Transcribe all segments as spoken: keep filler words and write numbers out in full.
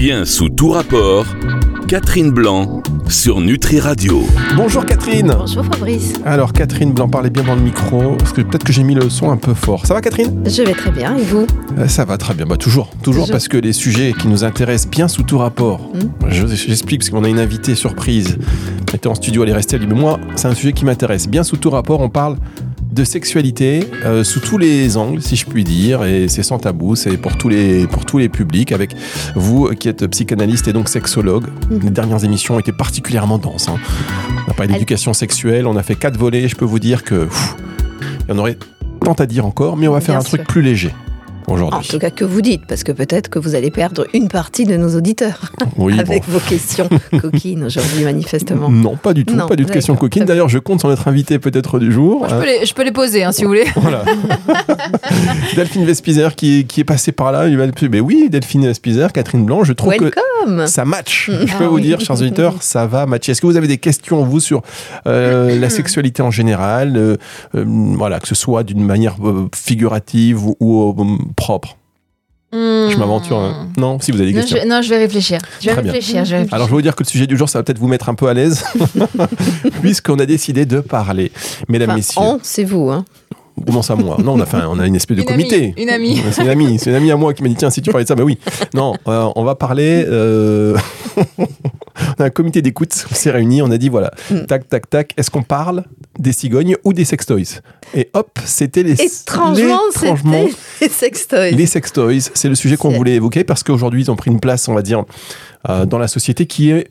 Bien sous tout rapport, Catherine Blanc sur Nutri Radio. Bonjour Catherine. Bonjour Fabrice. Alors Catherine Blanc, parlez bien dans le micro, parce que peut-être que j'ai mis le son un peu fort. Ça va Catherine ? Je vais très bien, et vous ? euh, Ça va très bien, bah, toujours, toujours, toujours, parce que les sujets qui nous intéressent bien sous tout rapport, mmh. je, j'explique parce qu'on a une invitée surprise, elle était en studio, elle est restée, elle dit mais moi c'est un sujet qui m'intéresse. Bien sous tout rapport, on parle de sexualité euh, sous tous les angles, si je puis dire, et c'est sans tabou, c'est pour tous les, pour tous les publics, avec vous qui êtes psychanalyste et donc sexologue. Mmh. Les dernières émissions étaient particulièrement denses. Hein. On a parlé d'éducation sexuelle, on a fait quatre volets, je peux vous dire que pff, il y en aurait tant à dire encore, mais on va faire Bien un sûr. truc plus léger aujourd'hui. En tout cas, que vous dites, parce que peut-être que vous allez perdre une partie de nos auditeurs oui, avec bon. vos questions coquines aujourd'hui, manifestement. Non, pas du tout, non, pas du tout de questions coquines. D'ailleurs, je compte sur notre invité peut-être du jour. Moi, je, peux les, je peux les poser, hein, si vous voulez. Voilà. Delphine Vespizer qui, qui est passée par là. Mais oui, Delphine Vespizer, Catherine Blanc, je trouve Welcome. que ça match. Je ah, peux vous oui. dire, chers auditeurs, ça va matcher. Est-ce que vous avez des questions, vous, sur euh, la sexualité en général, euh, euh, voilà, que ce soit d'une manière euh, figurative ou, ou euh, propre? Mmh. Je m'aventure. Hein. Non, si vous avez des questions. Non, je, non, je vais réfléchir. Je vais Très réfléchir, bien. je vais réfléchir. Alors, je vais vous dire que le sujet du jour, ça va peut-être vous mettre un peu à l'aise, puisqu'on a décidé de parler. Mesdames, enfin, messieurs. On, c'est vous, hein. Comment ça, moi ? Non, on a, fait un, on a une espèce de une comité. Amie, une amie. C'est une amie. C'est une amie à moi qui m'a dit tiens, si tu parlais de ça, bah oui. Non, euh, on va parler. Euh... on a un comité d'écoute. On s'est réunis. On a dit voilà, mm. tac, tac, tac. Est-ce qu'on parle des cigognes ou des sextoys ? Et hop, c'était les. Étrangement, les, étrangement, c'était les sextoys. Les sextoys, c'est le sujet qu'on c'est... voulait évoquer parce qu'aujourd'hui, ils ont pris une place, on va dire, euh, dans la société qui est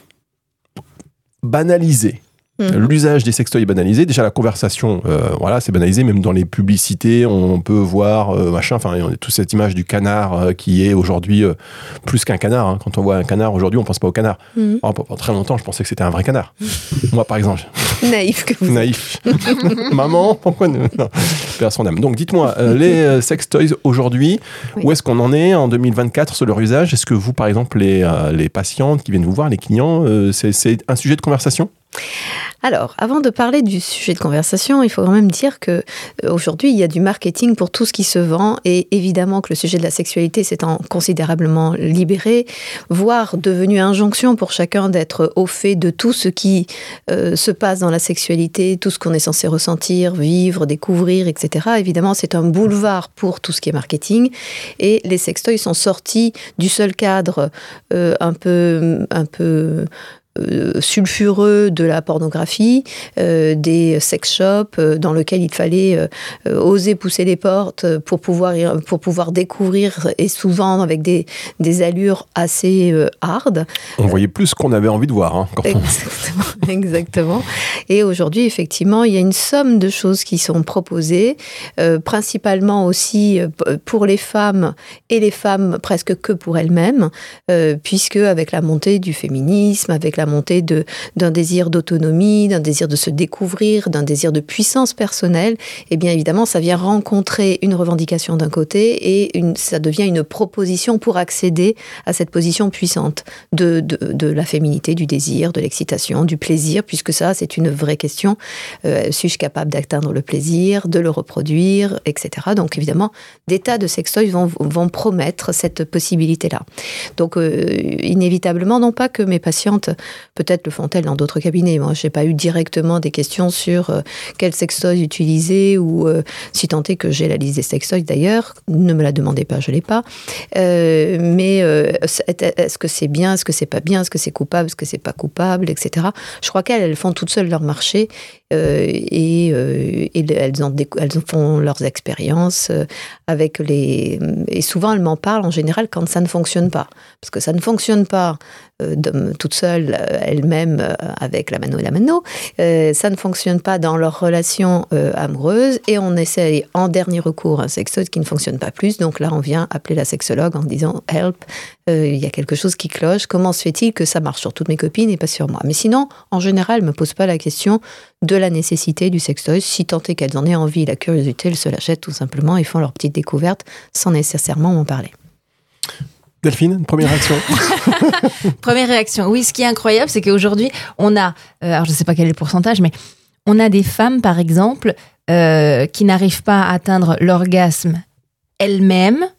banalisée. Mmh. L'usage des sextoys est banalisé. Déjà, la conversation, euh, voilà, c'est banalisé. Même dans les publicités, on peut voir euh, machin. Enfin, on a toute cette image du canard euh, qui est aujourd'hui euh, plus qu'un canard. Hein. Quand on voit un canard aujourd'hui, on pense pas au canard. Mmh. Oh, pendant très longtemps, je pensais que c'était un vrai canard. Mmh. Moi, par exemple. Naïf que vous. Naïf. Maman, pourquoi ne... non. Père son âme. Donc, dites-moi, euh, les euh, sextoys aujourd'hui, oui. où est-ce qu'on en est en deux mille vingt-quatre sur leur usage ? Est-ce que vous, par exemple, les, euh, les patientes qui viennent vous voir, les clients, euh, c'est, c'est un sujet de conversation ? Alors, avant de parler du sujet de conversation, il faut quand même dire que euh, aujourd'hui, il y a du marketing pour tout ce qui se vend et évidemment que le sujet de la sexualité s'est considérablement libéré, voire devenu injonction pour chacun d'être au fait de tout ce qui euh, se passe dans la sexualité, tout ce qu'on est censé ressentir, vivre, découvrir, et cetera. Évidemment, c'est un boulevard pour tout ce qui est marketing et les sextoys sont sortis du seul cadre euh, un peu... Un peu Euh, sulfureux de la pornographie, euh, des sex shops euh, dans lesquels il fallait euh, euh, oser pousser les portes pour pouvoir, pour pouvoir découvrir, et souvent avec des, des allures assez euh, hard. On voyait plus ce qu'on avait envie de voir. Hein, quand exactement, on... exactement. Et aujourd'hui, effectivement, il y a une somme de choses qui sont proposées, euh, principalement aussi pour les femmes, et les femmes presque que pour elles-mêmes, euh, puisque avec la montée du féminisme, avec la la montée de, d'un désir d'autonomie, d'un désir de se découvrir, d'un désir de puissance personnelle, et bien évidemment, ça vient rencontrer une revendication d'un côté et une, ça devient une proposition pour accéder à cette position puissante de, de, de la féminité, du désir, de l'excitation, du plaisir, puisque ça, c'est une vraie question. Euh, suis-je capable d'atteindre le plaisir, de le reproduire, et cetera. Donc évidemment, des tas de sextoys vont, vont promettre cette possibilité-là. Donc euh, inévitablement, non pas que mes patientes peut-être le font-elles dans d'autres cabinets. Moi, je n'ai pas eu directement des questions sur euh, quel sextoy utiliser ou euh, si tant est que j'ai la liste des sextoys d'ailleurs. Ne me la demandez pas, je ne l'ai pas. Euh, mais euh, est-ce que c'est bien, est-ce que c'est pas bien, est-ce que c'est coupable, est-ce que c'est pas coupable, et cetera. Je crois qu'elles elles font toutes seules leur marché euh, et, euh, et elles, en, elles font leurs expériences euh, avec les... Et souvent, elles m'en parlent en général quand ça ne fonctionne pas. Parce que ça ne fonctionne pas euh, de, toute seule, elle-même, euh, avec la mano et la mano. Euh, ça ne fonctionne pas dans leur relation euh, amoureuse et on essaye en dernier recours un sextoy qui ne fonctionne pas plus. Donc là, on vient appeler la sexologue en disant « Help, euh, il y a quelque chose qui cloche. Comment se fait-il que ça marche sur toutes mes copines et pas sur moi ?» Mais sinon, en général, elle ne me pose pas la question de la nécessité du sextoy. Si tant est qu'elles en aient envie, la curiosité, elles se l'achètent tout simplement et font leur petite découverte sans nécessairement m'en parler. Delphine, une première réaction. Première réaction. Oui, ce qui est incroyable, c'est qu'aujourd'hui, on a, euh, alors je ne sais pas quel est le pourcentage, mais on a des femmes, par exemple, euh, qui n'arrivent pas à atteindre l'orgasme elles-mêmes,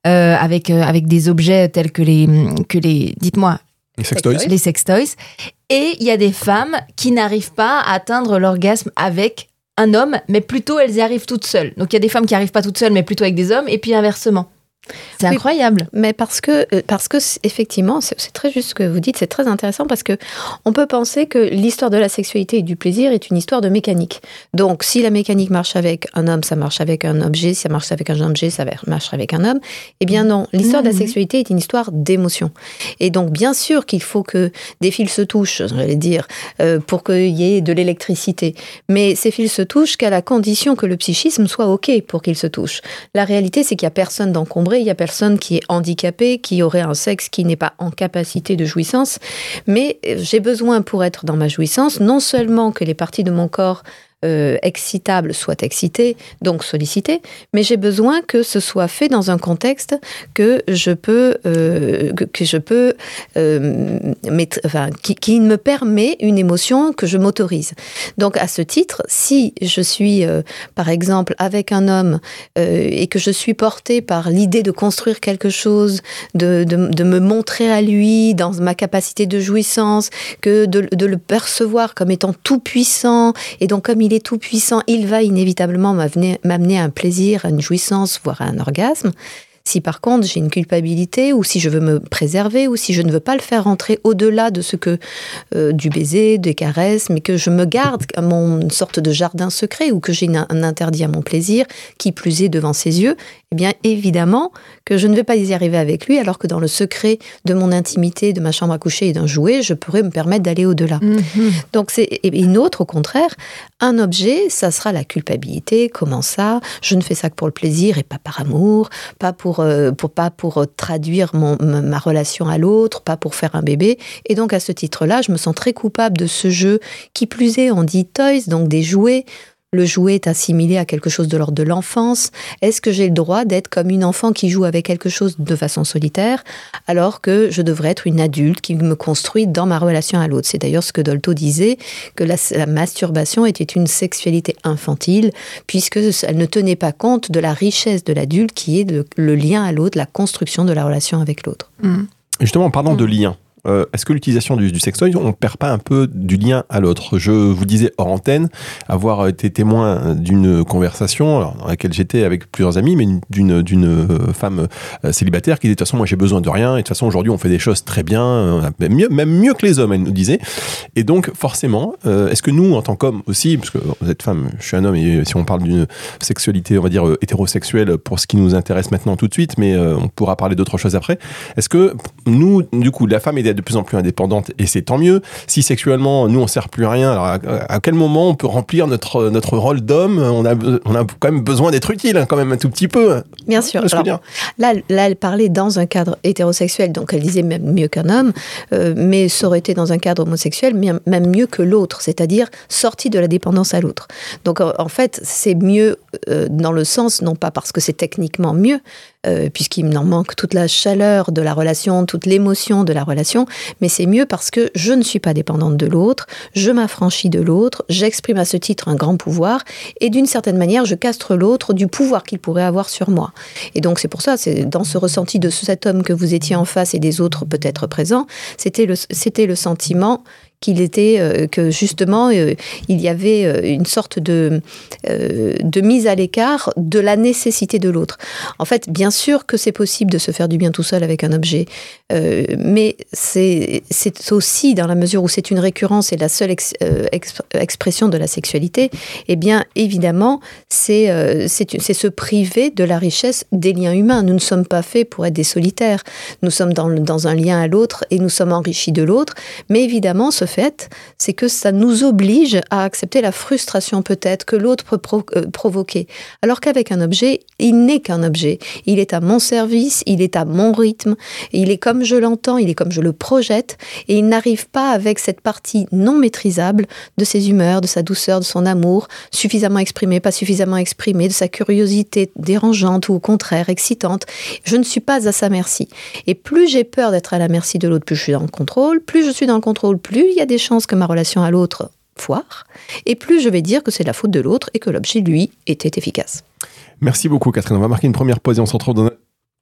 euh, avec, euh, avec des objets tels que les, que les dites-moi, les sextoys. Les sextoys. Et il y a des femmes qui n'arrivent pas à atteindre l'orgasme avec un homme, mais plutôt elles y arrivent toutes seules. Donc il y a des femmes qui n'arrivent pas toutes seules, mais plutôt avec des hommes, et puis inversement. C'est oui, incroyable. Mais parce que, parce que effectivement, c'est, c'est très juste ce que vous dites, c'est très intéressant parce que on peut penser que l'histoire de la sexualité et du plaisir est une histoire de mécanique. Donc, si la mécanique marche avec un homme, ça marche avec un objet. Si ça marche avec un objet, ça marche avec un homme. Eh bien non, l'histoire mmh. de la sexualité est une histoire d'émotion. Et donc, bien sûr qu'il faut que des fils se touchent, j'allais dire, euh, pour qu'il y ait de l'électricité. Mais ces fils se touchent qu'à la condition que le psychisme soit OK pour qu'ils se touchent. La réalité, c'est qu'il n'y a personne d'encombré. Il n'y a personne qui est handicapé, qui aurait un sexe qui n'est pas en capacité de jouissance. Mais j'ai besoin, pour être dans ma jouissance, non seulement que les parties de mon corps euh, excitables soient excitées, donc sollicitées, mais j'ai besoin que ce soit fait dans un contexte que je peux, euh, que, que je peux, euh, mettre, enfin, qui, qui me permet une émotion que je m'autorise. Donc, à ce titre, si je suis, euh, par exemple, avec un homme euh, et que je suis portée par l'idée de construire quelque chose, de, de, de me montrer à lui dans ma capacité de jouissance, que de, de le percevoir comme étant tout puissant, et donc comme il est tout puissant, il va inévitablement m'amener, m'amener à un plaisir, à une jouissance, voire à un orgasme. Si par contre j'ai une culpabilité, ou si je veux me préserver, ou si je ne veux pas le faire rentrer au-delà de ce que euh, du baiser, des caresses, mais que je me garde à mon sorte de jardin secret, ou que j'ai une, un interdit à mon plaisir, qui plus est devant ses yeux, eh bien évidemment que je ne vais pas y arriver avec lui, alors que dans le secret de mon intimité, de ma chambre à coucher et d'un jouet, je pourrais me permettre d'aller au-delà. Mmh. Donc c'est et une autre, au contraire, un objet, ça sera la culpabilité. Comment ça ? Je ne fais ça que pour le plaisir et pas par amour, pas pour Pour, pour, pas pour traduire mon, ma relation à l'autre, pas pour faire un bébé. Et donc, à ce titre-là, je me sens très coupable de ce jeu. Qui plus est, on dit toys, donc des jouets. Le jouet est assimilé à quelque chose de l'ordre de l'enfance. Est-ce que j'ai le droit d'être comme une enfant qui joue avec quelque chose de façon solitaire, alors que je devrais être une adulte qui me construit dans ma relation à l'autre ? C'est d'ailleurs ce que Dolto disait, que la, la masturbation était une sexualité infantile, puisque elle ne tenait pas compte de la richesse de l'adulte qui est de, le lien à l'autre, la construction de la relation avec l'autre. Mmh. Justement, en parlant mmh. de lien, Euh, est-ce que l'utilisation du, du sextoy, on ne perd pas un peu du lien à l'autre ? Je vous disais hors antenne, avoir été témoin d'une conversation alors, dans laquelle j'étais avec plusieurs amis, mais d'une, d'une femme célibataire qui disait « de toute façon, moi j'ai besoin de rien, et de toute façon aujourd'hui on fait des choses très bien, même mieux, même mieux que les hommes », elle nous disait. Et donc forcément, euh, est-ce que nous, en tant qu'hommes aussi, parce que vous êtes femme, je suis un homme, et si on parle d'une sexualité, on va dire, hétérosexuelle pour ce qui nous intéresse maintenant tout de suite, mais euh, on pourra parler d'autres choses après, est-ce que nous, du coup, la femme est de plus en plus indépendante, et c'est tant mieux. Si sexuellement, nous, on sert plus à rien, alors à, à quel moment on peut remplir notre, notre rôle d'homme ? On a, on a quand même besoin d'être utile, hein, quand même un tout petit peu. Bien sûr. Alors, là, là, elle parlait dans un cadre hétérosexuel, donc elle disait même mieux qu'un homme, euh, mais ça aurait été dans un cadre homosexuel, même mieux que l'autre, c'est-à-dire sorti de la dépendance à l'autre. Donc, en fait, c'est mieux euh, dans le sens, non pas parce que c'est techniquement mieux, Euh, puisqu'il m'en manque toute la chaleur de la relation, toute l'émotion de la relation, mais c'est mieux parce que je ne suis pas dépendante de l'autre, je m'affranchis de l'autre, j'exprime à ce titre un grand pouvoir, et d'une certaine manière, je castre l'autre du pouvoir qu'il pourrait avoir sur moi. Et donc c'est pour ça, c'est dans ce ressenti de cet homme que vous étiez en face et des autres peut-être présents, c'était le, c'était le sentiment qu'il était, euh, que justement, euh, il y avait euh, une sorte de, euh, de mise à l'écart de la nécessité de l'autre. En fait, bien sûr que c'est possible de se faire du bien tout seul avec un objet, euh, mais c'est, c'est aussi, dans la mesure où c'est une récurrence et la seule ex, euh, ex, expression de la sexualité, eh bien, évidemment, c'est, euh, c'est, c'est se priver de la richesse des liens humains. Nous ne sommes pas faits pour être des solitaires. Nous sommes dans, dans un lien à l'autre et nous sommes enrichis de l'autre, mais évidemment, ce fait, c'est que ça nous oblige à accepter la frustration peut-être que l'autre peut pro- euh, provoquer. Alors qu'avec un objet, il n'est qu'un objet. Il est à mon service, il est à mon rythme, il est comme je l'entends, il est comme je le projette, et il n'arrive pas avec cette partie non maîtrisable de ses humeurs, de sa douceur, de son amour, suffisamment exprimé, pas suffisamment exprimé, de sa curiosité dérangeante ou au contraire excitante. Je ne suis pas à sa merci. Et plus j'ai peur d'être à la merci de l'autre, plus je suis dans le contrôle, plus je suis dans le contrôle, plus il y a des chances que ma relation à l'autre foire, et plus je vais dire que c'est la faute de l'autre et que l'objet, lui, était efficace. Merci beaucoup, Catherine. On va marquer une première pause et on se retrouve dans un...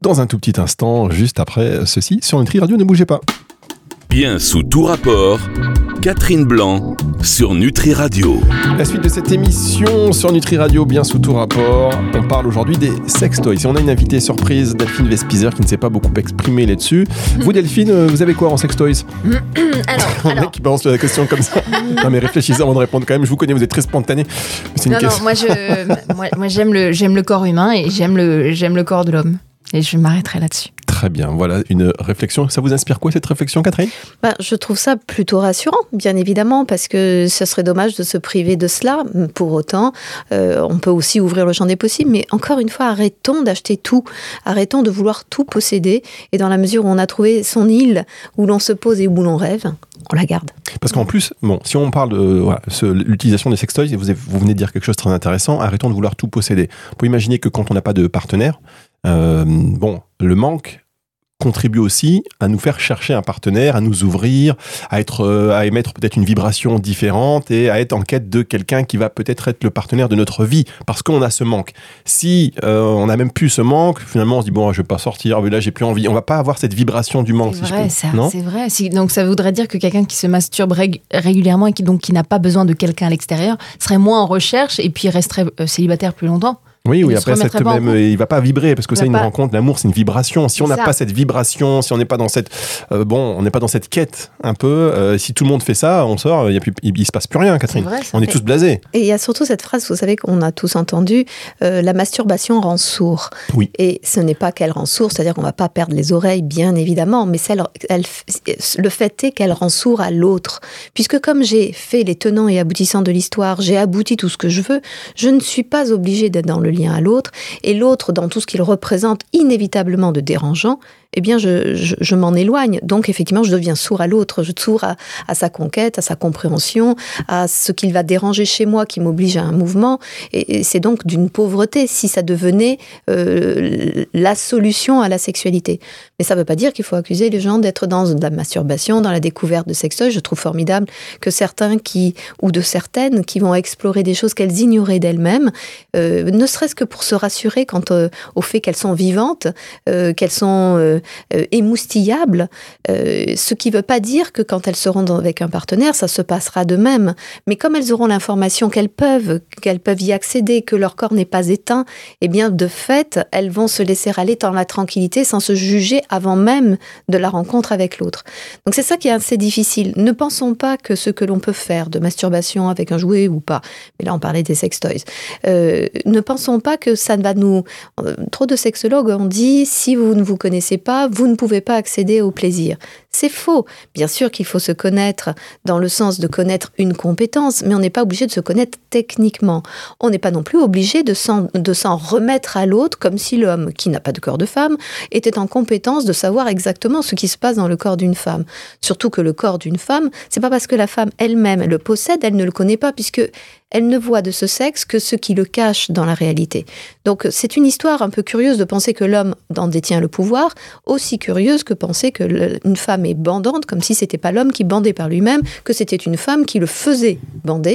dans un tout petit instant, juste après ceci, sur Nutri Radio, ne bougez pas. Bien sous tout rapport, Catherine Blanc sur Nutri Radio. La suite de cette émission sur Nutri Radio, bien sous tout rapport, on parle aujourd'hui des sextoys. Et on a une invitée surprise, Delphine Vespizer, qui ne s'est pas beaucoup exprimée là-dessus. Mmh. Vous, Delphine, vous avez quoi en sextoys? mmh, Alors, un alors... mec qui balance la question comme ça. Non mais réfléchissez avant de répondre quand même. Je vous connais, vous êtes très spontané. C'est une non, question. non, moi, je, moi, moi j'aime, le, j'aime le corps humain et j'aime le, j'aime le corps de l'homme. Et je m'arrêterai là-dessus. Très bien, voilà une réflexion. Ça vous inspire quoi cette réflexion, Catherine ? Ben, je trouve ça plutôt rassurant, bien évidemment, parce que ce serait dommage de se priver de cela. Pour autant, euh, on peut aussi ouvrir le champ des possibles, mais encore une fois, arrêtons d'acheter tout. Arrêtons de vouloir tout posséder. Et dans la mesure où on a trouvé son île, où l'on se pose et où l'on rêve, on la garde. Parce qu'en plus, bon, si on parle de voilà, ce, l'utilisation des sextoys, vous, avez, vous venez de dire quelque chose de très intéressant, arrêtons de vouloir tout posséder. On peut imaginer que quand on n'a pas de partenaire, euh, bon, le manque contribue aussi à nous faire chercher un partenaire, à nous ouvrir, à être, euh, à émettre peut-être une vibration différente et à être en quête de quelqu'un qui va peut-être être le partenaire de notre vie, parce qu'on a ce manque. Si euh, on n'a même plus ce manque, finalement on se dit bon, je vais pas sortir, mais là j'ai plus envie. On va pas avoir cette vibration du manque. C'est si vrai, je peux. ça, non c'est vrai. Si, donc ça voudrait dire que quelqu'un qui se masturbe rég- régulièrement et qui donc qui n'a pas besoin de quelqu'un à l'extérieur serait moins en recherche et puis resterait euh, célibataire plus longtemps. Oui, oui, après, cette même, il va pas vibrer, parce que ça, une pas... rencontre, l'amour, c'est une vibration. Si on n'a pas cette vibration, si on n'est pas dans cette, euh, bon, on n'est pas dans cette quête, un peu, euh, si tout le monde fait ça, on sort, il y a plus, il, il se passe plus rien, Catherine. Vrai, on est tous blasés. Et il y a surtout cette phrase, vous savez, qu'on a tous entendu, euh, la masturbation rend sourd. Oui. Et ce n'est pas qu'elle rend sourd, c'est-à-dire qu'on va pas perdre les oreilles, bien évidemment, mais celle, elle, le fait est qu'elle rend sourd à l'autre. Puisque comme j'ai fait les tenants et aboutissants de l'histoire, j'ai abouti tout ce que je veux, je ne suis pas obligée d'être dans le lien à l'autre, et l'autre dans tout ce qu'il représente inévitablement de dérangeant, eh bien je, je, je m'en éloigne. Donc effectivement, je deviens sourd à l'autre, je suis sourd à, à sa conquête, à sa compréhension, à ce qu'il va déranger chez moi qui m'oblige à un mouvement, et, et c'est donc d'une pauvreté si ça devenait euh, la solution à la sexualité. Mais ça ne veut pas dire qu'il faut accuser les gens d'être dans de la masturbation, dans la découverte de sextoys. Je trouve formidable que certains qui, ou de certaines qui vont explorer des choses qu'elles ignoraient d'elles-mêmes, euh, ne serait-ce que pour se rassurer quant euh, au fait qu'elles sont vivantes, euh, qu'elles sont euh, euh, émoustillables, euh, ce qui ne veut pas dire que quand elles seront dans, avec un partenaire, ça se passera de même. Mais comme elles auront l'information qu'elles peuvent, qu'elles peuvent y accéder, que leur corps n'est pas éteint, eh bien de fait, elles vont se laisser aller dans la tranquillité sans se juger avant même de la rencontre avec l'autre. Donc c'est ça qui est assez difficile. Ne pensons pas que ce que l'on peut faire de masturbation avec un jouet ou pas, mais là on parlait des sextoys, euh, ne pensons pas que ça va nous... Trop de sexologues ont dit, si vous ne vous connaissez pas, vous ne pouvez pas accéder au plaisir. C'est faux. Bien sûr qu'il faut se connaître dans le sens de connaître une compétence, mais on n'est pas obligé de se connaître techniquement. On n'est pas non plus obligé de s'en, de s'en remettre à l'autre comme si l'homme, qui n'a pas de corps de femme, était en compétence de savoir exactement ce qui se passe dans le corps d'une femme. Surtout que le corps d'une femme, c'est pas parce que la femme elle-même le possède, elle ne le connaît pas, puisque elle ne voit de ce sexe que ce qui le cache dans la réalité. Donc c'est une histoire un peu curieuse de penser que l'homme en détient le pouvoir, aussi curieuse que penser que le, une femme est bandante, comme si c'était pas l'homme qui bandait par lui-même, que c'était une femme qui le faisait bander,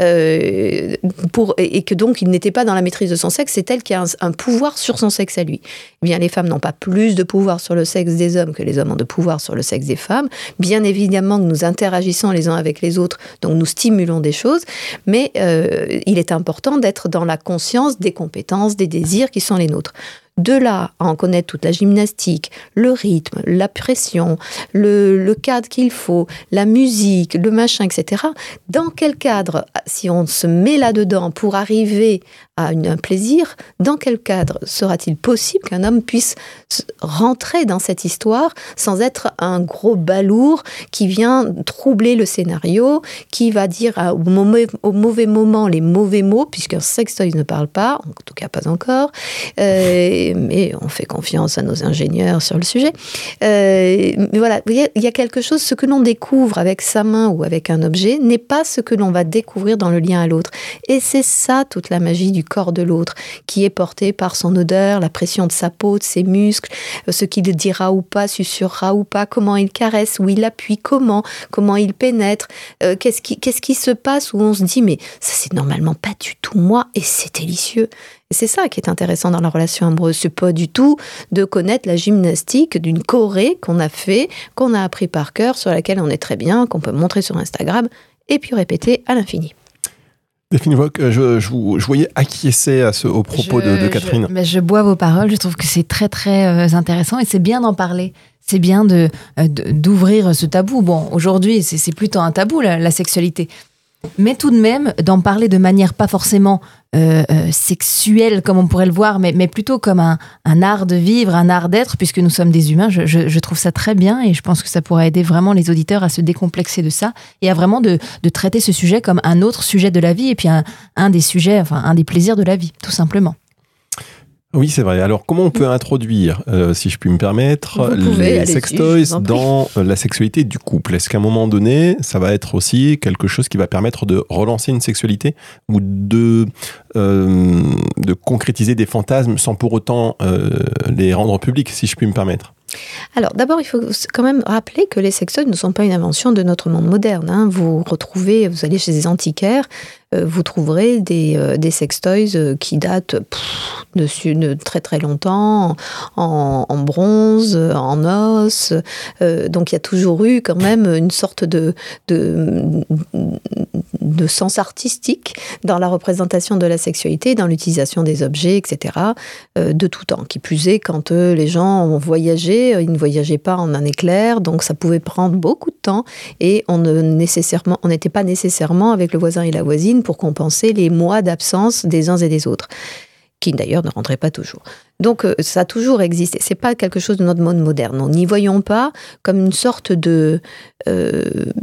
euh, pour, et, et que donc il n'était pas dans la maîtrise de son sexe, c'est elle qui a un, un pouvoir sur son sexe à lui. Eh bien les femmes n'ont pas plus de pouvoir sur le sexe des hommes que les hommes ont de pouvoir sur le sexe des femmes. Bien évidemment que nous interagissons les uns avec les autres, donc nous stimulons des choses, mais Euh, il est important d'être dans la conscience des compétences, des désirs qui sont les nôtres. De là à en connaître toute la gymnastique, le rythme, la pression, le, le cadre qu'il faut, la musique, le machin, et cetera. Dans quel cadre, si on se met là-dedans pour arriver à une, un plaisir, dans quel cadre sera-t-il possible qu'un homme puisse rentrer dans cette histoire sans être un gros balourd qui vient troubler le scénario, qui va dire à, au, mauvais, au mauvais moment les mauvais mots, puisqu'un sextoy ne parle pas, en tout cas pas encore, euh, mais on fait confiance à nos ingénieurs sur le sujet. Euh, mais voilà, il y, a, il y a quelque chose, ce que l'on découvre avec sa main ou avec un objet n'est pas ce que l'on va découvrir dans le lien à l'autre. Et c'est ça toute la magie du corps de l'autre, qui est porté par son odeur, la pression de sa peau, de ses muscles, ce qu'il dira ou pas, susurrera ou pas, comment il caresse, où il appuie, comment, comment il pénètre, euh, qu'est-ce qui, qu'est-ce qui se passe où on se dit mais ça c'est normalement pas du tout moi et c'est délicieux. Et c'est ça qui est intéressant dans la relation amoureuse. C'est pas du tout de connaître la gymnastique d'une choré qu'on a fait, qu'on a appris par cœur, sur laquelle on est très bien, qu'on peut montrer sur Instagram, et puis répéter à l'infini. Delphine Wauch, je, je, vous, je voyais acquiescer à ce, aux propos je, de, de Catherine. Je, mais je bois vos paroles, je trouve que c'est très très euh, intéressant et c'est bien d'en parler. C'est bien de, de, d'ouvrir ce tabou. Bon, aujourd'hui, c'est, c'est plutôt un tabou, la, la sexualité. Mais tout de même, d'en parler de manière pas forcément euh, euh, sexuelle, comme on pourrait le voir, mais, mais plutôt comme un, un art de vivre, un art d'être, puisque nous sommes des humains, je, je, je trouve ça très bien et je pense que ça pourra aider vraiment les auditeurs à se décomplexer de ça et à vraiment de, de traiter ce sujet comme un autre sujet de la vie et puis un, un des sujets, enfin un des plaisirs de la vie, tout simplement. Oui, c'est vrai. Alors, comment on peut introduire, euh, si je puis me permettre, pouvez, les sextoys dans la sexualité du couple ? Est-ce qu'à un moment donné, ça va être aussi quelque chose qui va permettre de relancer une sexualité ou de, euh, de concrétiser des fantasmes sans pour autant euh, les rendre publics, si je puis me permettre ? Alors, d'abord, il faut quand même rappeler que les sextoys ne sont pas une invention de notre monde moderne. Hein. Vous retrouvez, vous allez chez les antiquaires, euh, vous trouverez des, euh, des sextoys euh, qui datent pff, de, de très très longtemps, en, en bronze, en os. Euh, donc, il y a toujours eu quand même une sorte de, de, de sens artistique dans la représentation de la sexualité, dans l'utilisation des objets, et cetera, euh, de tout temps. Qui plus est, quand euh, les gens ont voyagé, ils ne voyageaient pas en un éclair, donc ça pouvait prendre beaucoup de temps et on ne nécessairement, on n'était pas nécessairement avec le voisin et la voisine pour compenser les mois d'absence des uns et des autres, qui d'ailleurs ne rentraient pas toujours. Donc ça a toujours existé. C'est pas quelque chose de notre monde moderne. Nous n'y voyons pas comme une sorte de, euh,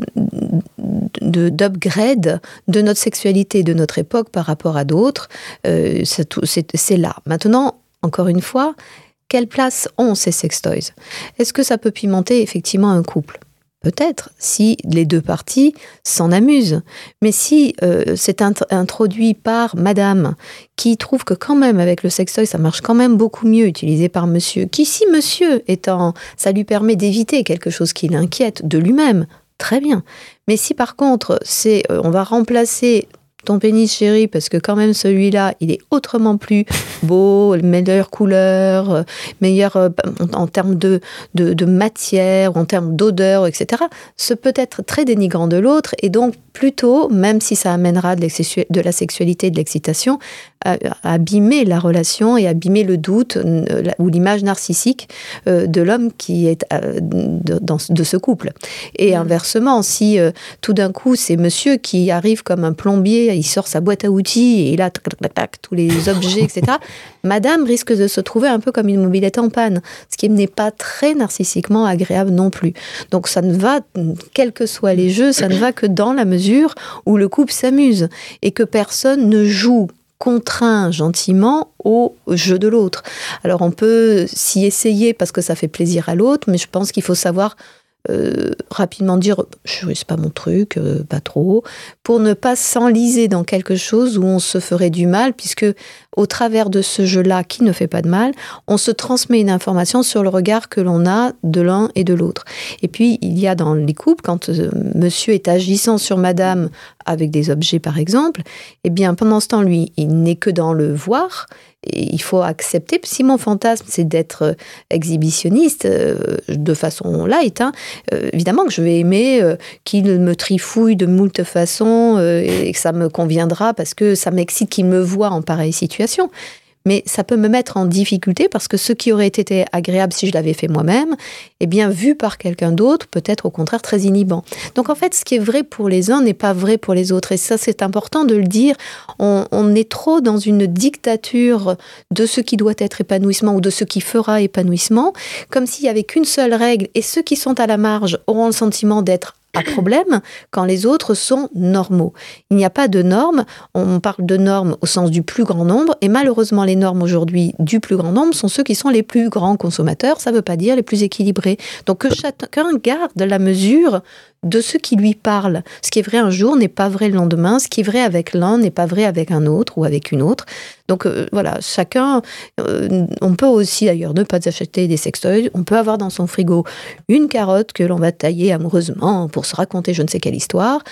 de d'upgrade de notre sexualité de notre époque par rapport à d'autres. Euh, c'est, c'est, c'est là. Maintenant, encore une fois, quelle place ont ces sextoys ? Est-ce que ça peut pimenter effectivement un couple ? Peut-être, si les deux parties s'en amusent. Mais si euh, c'est int- introduit par madame, qui trouve que quand même avec le sextoy, ça marche quand même beaucoup mieux utilisé par monsieur, qui si monsieur étant, ça lui permet d'éviter quelque chose qui l'inquiète de lui-même, très bien. Mais si par contre, c'est, euh, on va remplacer ton pénis chéri, parce que quand même celui-là, il est autrement plus beau, meilleure couleur, meilleur euh, en, en termes de, de, de matière, en termes d'odeur, et cetera. Ce peut être très dénigrant de l'autre, et donc plutôt, même si ça amènera de, de la sexualité, de l'excitation, à, à abîmer la relation et abîmer le doute euh, ou l'image narcissique euh, de l'homme qui est euh, de, dans, de ce couple. Et mmh. inversement, si euh, tout d'un coup, c'est monsieur qui arrive comme un plombier, il sort sa boîte à outils et là, tac, tac, tac, tous les objets, et cetera. Madame risque de se trouver un peu comme une mobilette en panne, ce qui n'est pas très narcissiquement agréable non plus. Donc ça ne va, quels que soient les jeux, ça ne va que dans la mesure où le couple s'amuse et que personne ne joue contraint gentiment au jeu de l'autre. Alors on peut s'y essayer parce que ça fait plaisir à l'autre, mais je pense qu'il faut savoir Euh, rapidement dire c'est pas mon truc, euh, pas trop, pour ne pas s'enliser dans quelque chose où on se ferait du mal, puisque au travers de ce jeu-là qui ne fait pas de mal, on se transmet une information sur le regard que l'on a de l'un et de l'autre. Et puis il y a dans les couples, quand euh, monsieur est agissant sur madame avec des objets par exemple, eh bien pendant ce temps lui il n'est que dans le voir. Et il faut accepter, si mon fantasme c'est d'être exhibitionniste euh, de façon light, hein, euh, évidemment que je vais aimer euh, qu'il me trifouille de moult façons euh, et que ça me conviendra parce que ça m'excite qu'il me voie en pareille situation. Mais ça peut me mettre en difficulté parce que ce qui aurait été agréable si je l'avais fait moi-même, eh bien, vu par quelqu'un d'autre, peut être au contraire très inhibant. Donc, en fait, ce qui est vrai pour les uns n'est pas vrai pour les autres. Et ça, c'est important de le dire. On, on est trop dans une dictature de ce qui doit être épanouissement ou de ce qui fera épanouissement, comme s'il n'y avait qu'une seule règle et ceux qui sont à la marge auront le sentiment d'être à problème quand les autres sont normaux. Il n'y a pas de normes, on parle de normes au sens du plus grand nombre, et malheureusement les normes aujourd'hui du plus grand nombre sont ceux qui sont les plus grands consommateurs, ça ne veut pas dire les plus équilibrés. Donc que chacun garde la mesure de ce qui lui parle. Ce qui est vrai un jour n'est pas vrai le lendemain, ce qui est vrai avec l'un n'est pas vrai avec un autre ou avec une autre. Donc euh, voilà, chacun, euh, on peut aussi d'ailleurs ne pas acheter des sextoys, on peut avoir dans son frigo une carotte que l'on va tailler amoureusement pour se raconter je ne sais quelle histoire.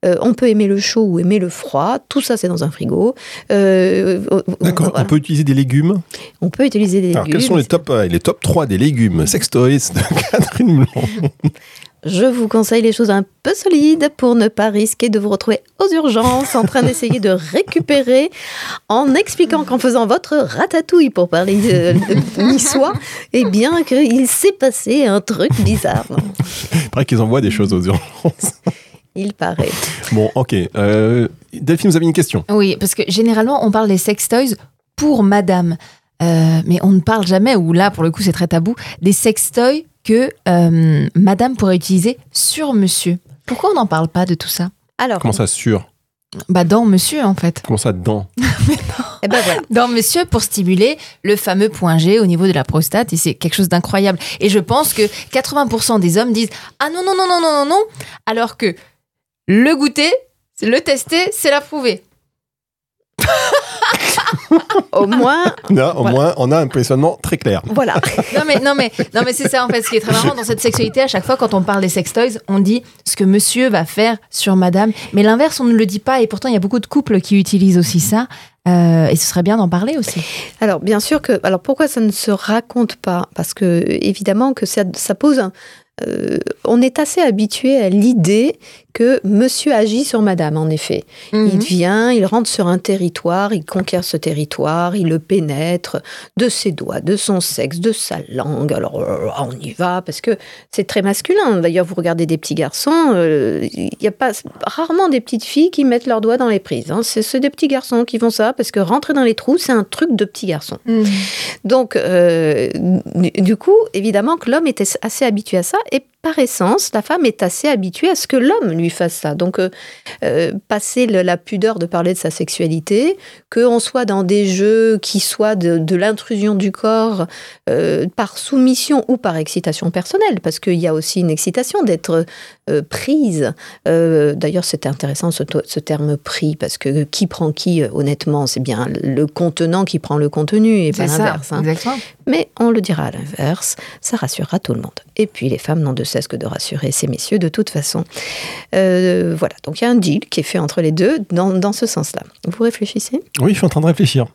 Euh, on peut aimer le chaud ou aimer le froid. Tout ça, c'est dans un frigo. Euh, D'accord. Voilà. On peut utiliser des légumes. On peut utiliser des Alors, légumes. Quels sont les top, les top trois des légumes sextoys de Catherine Blanc? Je vous conseille les choses un peu solides pour ne pas risquer de vous retrouver aux urgences en train d'essayer de récupérer en expliquant qu'en faisant votre ratatouille, pour parler euh, niçois, eh bien qu'il s'est passé un truc bizarre. Il paraît qu'ils envoient des choses aux urgences. Il paraît. Bon, ok. Euh, Delphine, vous avez une question? Oui, parce que généralement, on parle des sextoys pour madame. Euh, mais on ne parle jamais, ou là, pour le coup, c'est très tabou, des sextoys que euh, madame pourrait utiliser sur monsieur. Pourquoi on n'en parle pas de tout ça? Alors, Comment ça, sur? Bah, dans monsieur, en fait. Comment ça, dans? eh ben voilà. Dans monsieur, pour stimuler le fameux point G au niveau de la prostate, et c'est quelque chose d'incroyable. Et je pense que quatre-vingts pour cent des hommes disent « Ah non, non, non, non, non, non, non », alors que le goûter, le tester, c'est l'approuver. Au moins, Là, au voilà. moins, on a un positionnement très clair. Voilà. Non mais, non, mais, non mais c'est ça en fait, ce qui est très marrant dans cette sexualité, à chaque fois quand on parle des sextoys, on dit ce que monsieur va faire sur madame, mais l'inverse on ne le dit pas, et pourtant il y a beaucoup de couples qui utilisent aussi ça, euh, et ce serait bien d'en parler aussi. Alors, bien sûr que... Alors, pourquoi ça ne se raconte pas? Parce que, évidemment, que ça, ça pose un... Euh, on est assez habitué à l'idée que monsieur agit sur madame, en effet. Mm-hmm. Il vient, il rentre sur un territoire, il conquiert ce territoire, il le pénètre de ses doigts, de son sexe, de sa langue. Alors, on y va, parce que c'est très masculin. D'ailleurs, vous regardez des petits garçons, euh, il n'y a pas rarement des petites filles qui mettent leurs doigts dans les prises. Hein. C'est, c'est des petits garçons qui font ça, parce que rentrer dans les trous, c'est un truc de petits garçons. Mm-hmm. Donc, euh, du coup, évidemment que l'homme était assez habitué à ça, et par essence, la femme est assez habituée à ce que l'homme lui fasse ça. Donc, euh, euh, passer le, la pudeur de parler de sa sexualité, qu'on soit dans des jeux qui soient de, de l'intrusion du corps euh, par soumission ou par excitation personnelle, parce qu'il y a aussi une excitation d'être euh, prise. Euh, d'ailleurs, c'est intéressant ce, ce terme pris, parce que qui prend qui, honnêtement, c'est bien le contenant qui prend le contenu et c'est pas l'inverse. Ça, hein. Exactement. Mais on le dira à l'inverse, ça rassurera tout le monde. Et puis les femmes n'ont de cesse que de rassurer ces messieurs de toute façon. Euh, voilà, donc il y a un deal qui est fait entre les deux dans, dans ce sens-là. Vous réfléchissez ? Oui, je suis en train de réfléchir.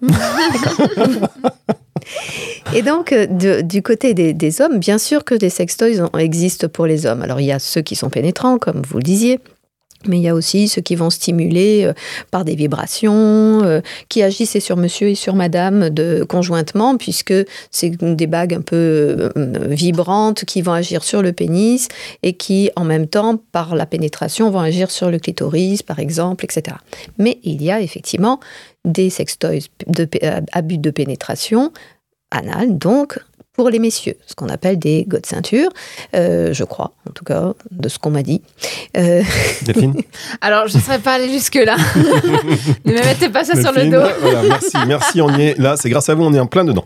Et donc, de, du côté des, des hommes, bien sûr que des sextoys existent pour les hommes. Alors il y a ceux qui sont pénétrants, comme vous le disiez. Mais il y a aussi ceux qui vont stimuler euh, par des vibrations, euh, qui agissent sur monsieur et sur madame de, conjointement, puisque c'est des bagues un peu euh, vibrantes qui vont agir sur le pénis et qui, en même temps, par la pénétration, vont agir sur le clitoris, par exemple, et cetera. Mais il y a effectivement des sextoys de, à but de pénétration anale, donc pour les messieurs, ce qu'on appelle des go de ceinture, euh, je crois, en tout cas, de ce qu'on m'a dit. Euh... Delphine ? Alors, je ne serais pas allée jusque-là. Ne me mettez pas ça Delphine, sur le dos. Voilà, merci, merci, on y est. Là, c'est grâce à vous, on est en plein dedans.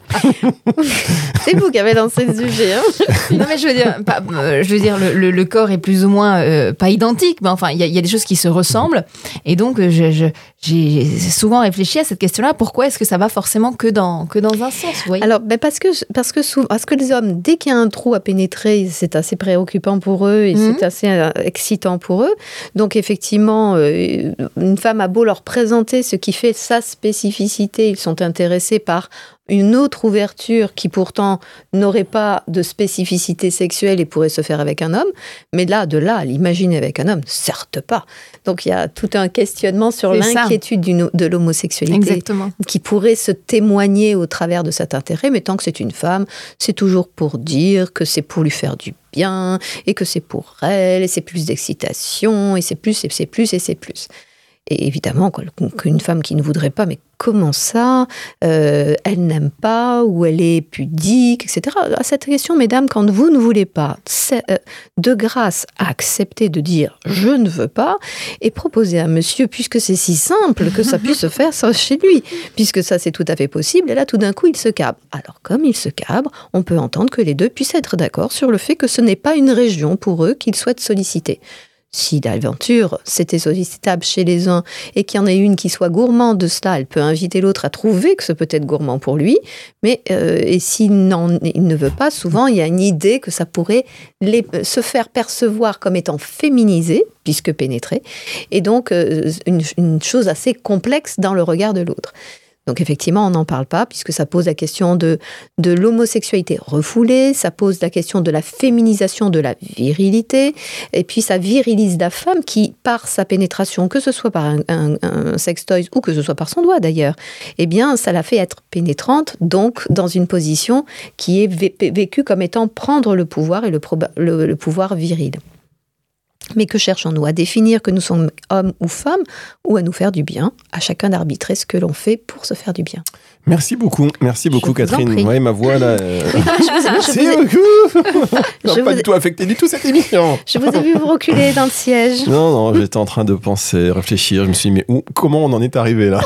C'est vous qui avez lancé le sujet. Hein. Non, mais je veux dire, pas, euh, je veux dire le, le, le corps est plus ou moins, euh, pas identique, mais enfin, il y, y a des choses qui se ressemblent. Et donc, je, je, j'ai souvent réfléchi à cette question-là. Pourquoi est-ce que ça va forcément que dans, que dans un sens, vous voyez ? Alors, ben parce que, parce que souvent, parce que les hommes, dès qu'il y a un trou à pénétrer, c'est assez préoccupant pour eux et mmh. c'est assez euh, excitant pour eux. Donc, effectivement, euh, une femme a beau leur présenter ce qui fait sa spécificité, ils sont intéressés par une autre ouverture qui pourtant n'aurait pas de spécificité sexuelle et pourrait se faire avec un homme, mais là, de là à l'imaginer avec un homme, certes pas. Donc il y a tout un questionnement sur c'est l'inquiétude d'une, de l'homosexualité. Exactement. Qui pourrait se témoigner au travers de cet intérêt, mais tant que c'est une femme, c'est toujours pour dire que c'est pour lui faire du bien, et que c'est pour elle, et c'est plus d'excitation, et c'est plus, et c'est plus, et c'est plus. Et évidemment, qu'une femme qui ne voudrait pas, mais comment ça euh, elle n'aime pas, ou elle est pudique, et cetera. À cette question, mesdames, quand vous ne voulez pas, euh, de grâce, accepter de dire « je ne veux pas » et proposer à monsieur, puisque c'est si simple que ça puisse se faire ça chez lui, puisque ça c'est tout à fait possible, et là tout d'un coup il se cabre. Alors comme il se cabre, on peut entendre que les deux puissent être d'accord sur le fait que ce n'est pas une région pour eux qu'ils souhaitent solliciter. Si d'aventure c'était sollicitable chez les uns et qu'il y en ait une qui soit gourmande de cela, elle peut inviter l'autre à trouver que ce peut être gourmand pour lui. Mais euh, et s'il n'en, il ne veut pas, souvent il y a une idée que ça pourrait les, se faire percevoir comme étant féminisé, puisque pénétré, et donc euh, une, une chose assez complexe dans le regard de l'autre. Donc effectivement, on n'en parle pas, puisque ça pose la question de, de l'homosexualité refoulée, ça pose la question de la féminisation de la virilité, et puis ça virilise la femme qui, par sa pénétration, que ce soit par un, un, un sextoy ou que ce soit par son doigt d'ailleurs, eh bien ça la fait être pénétrante, donc dans une position qui est vécue comme étant prendre le pouvoir et le, proba- le, le pouvoir viril. Mais que cherchons-nous ? À définir que nous sommes hommes ou femmes, ou à nous faire du bien ? À chacun d'arbitrer ce que l'on fait pour se faire du bien. Merci beaucoup, merci beaucoup je Catherine. Ouais, ma voix là. Euh... Oui, je vous, merci je vous ai... beaucoup. Non, je pas vous... du tout affecté du tout cette émission. Je vous ai vu vous reculer dans le siège. Non, non, j'étais en train de penser, réfléchir. Je me suis dit, mais où, comment on en est arrivé là ?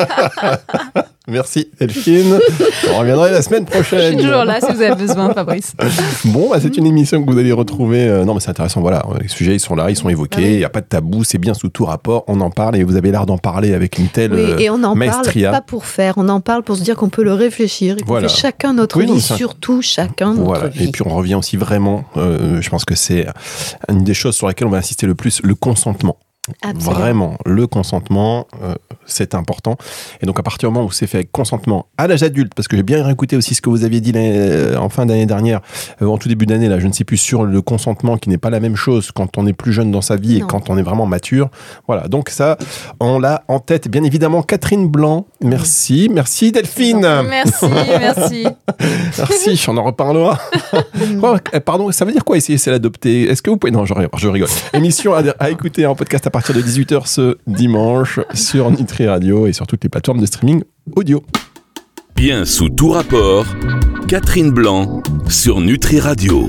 Merci Delphine. On reviendra la semaine prochaine. Je suis toujours là si vous avez besoin, Fabrice. Bon, bah, c'est une émission que vous allez retrouver. Euh, non, mais c'est intéressant. Voilà, les sujets ils sont là, ils sont évoqués. Il Ah oui. n'y a pas de tabou. C'est bien sous tout rapport. On en parle et vous avez l'air d'en parler avec une telle Oui, et on en maestria. parle pas pour faire. On en parle pour se dire qu'on peut le réfléchir et qu'on Voilà. fait chacun notre Oui, non, vie, ça... surtout chacun notre voilà. vie. Et puis on revient aussi vraiment. Euh, je pense que c'est une des choses sur lesquelles on va insister le plus, le consentement. Absolument. Vraiment, le consentement, euh, c'est important. Et donc, à partir du moment où c'est fait avec consentement à l'âge adulte, parce que j'ai bien écouté aussi ce que vous aviez dit euh, en fin d'année dernière, euh, en tout début d'année, là, je ne sais plus, sur le consentement qui n'est pas la même chose quand on est plus jeune dans sa vie Non. et quand on est vraiment mature. Voilà, donc ça, on l'a en tête. Bien évidemment, Catherine Blanc, merci. Merci Delphine. Merci, merci. Merci, on en reparlera. Oh, pardon, ça veut dire quoi essayer, c'est l'adopter ? Est-ce que vous pouvez... Non, je, je rigole. Émission à, à écouter en podcast à partir de dix-huit heures ce dimanche sur Nutri Radio et sur toutes les plateformes de streaming audio. Bien sous tout rapport, Catherine Blanc sur Nutri Radio.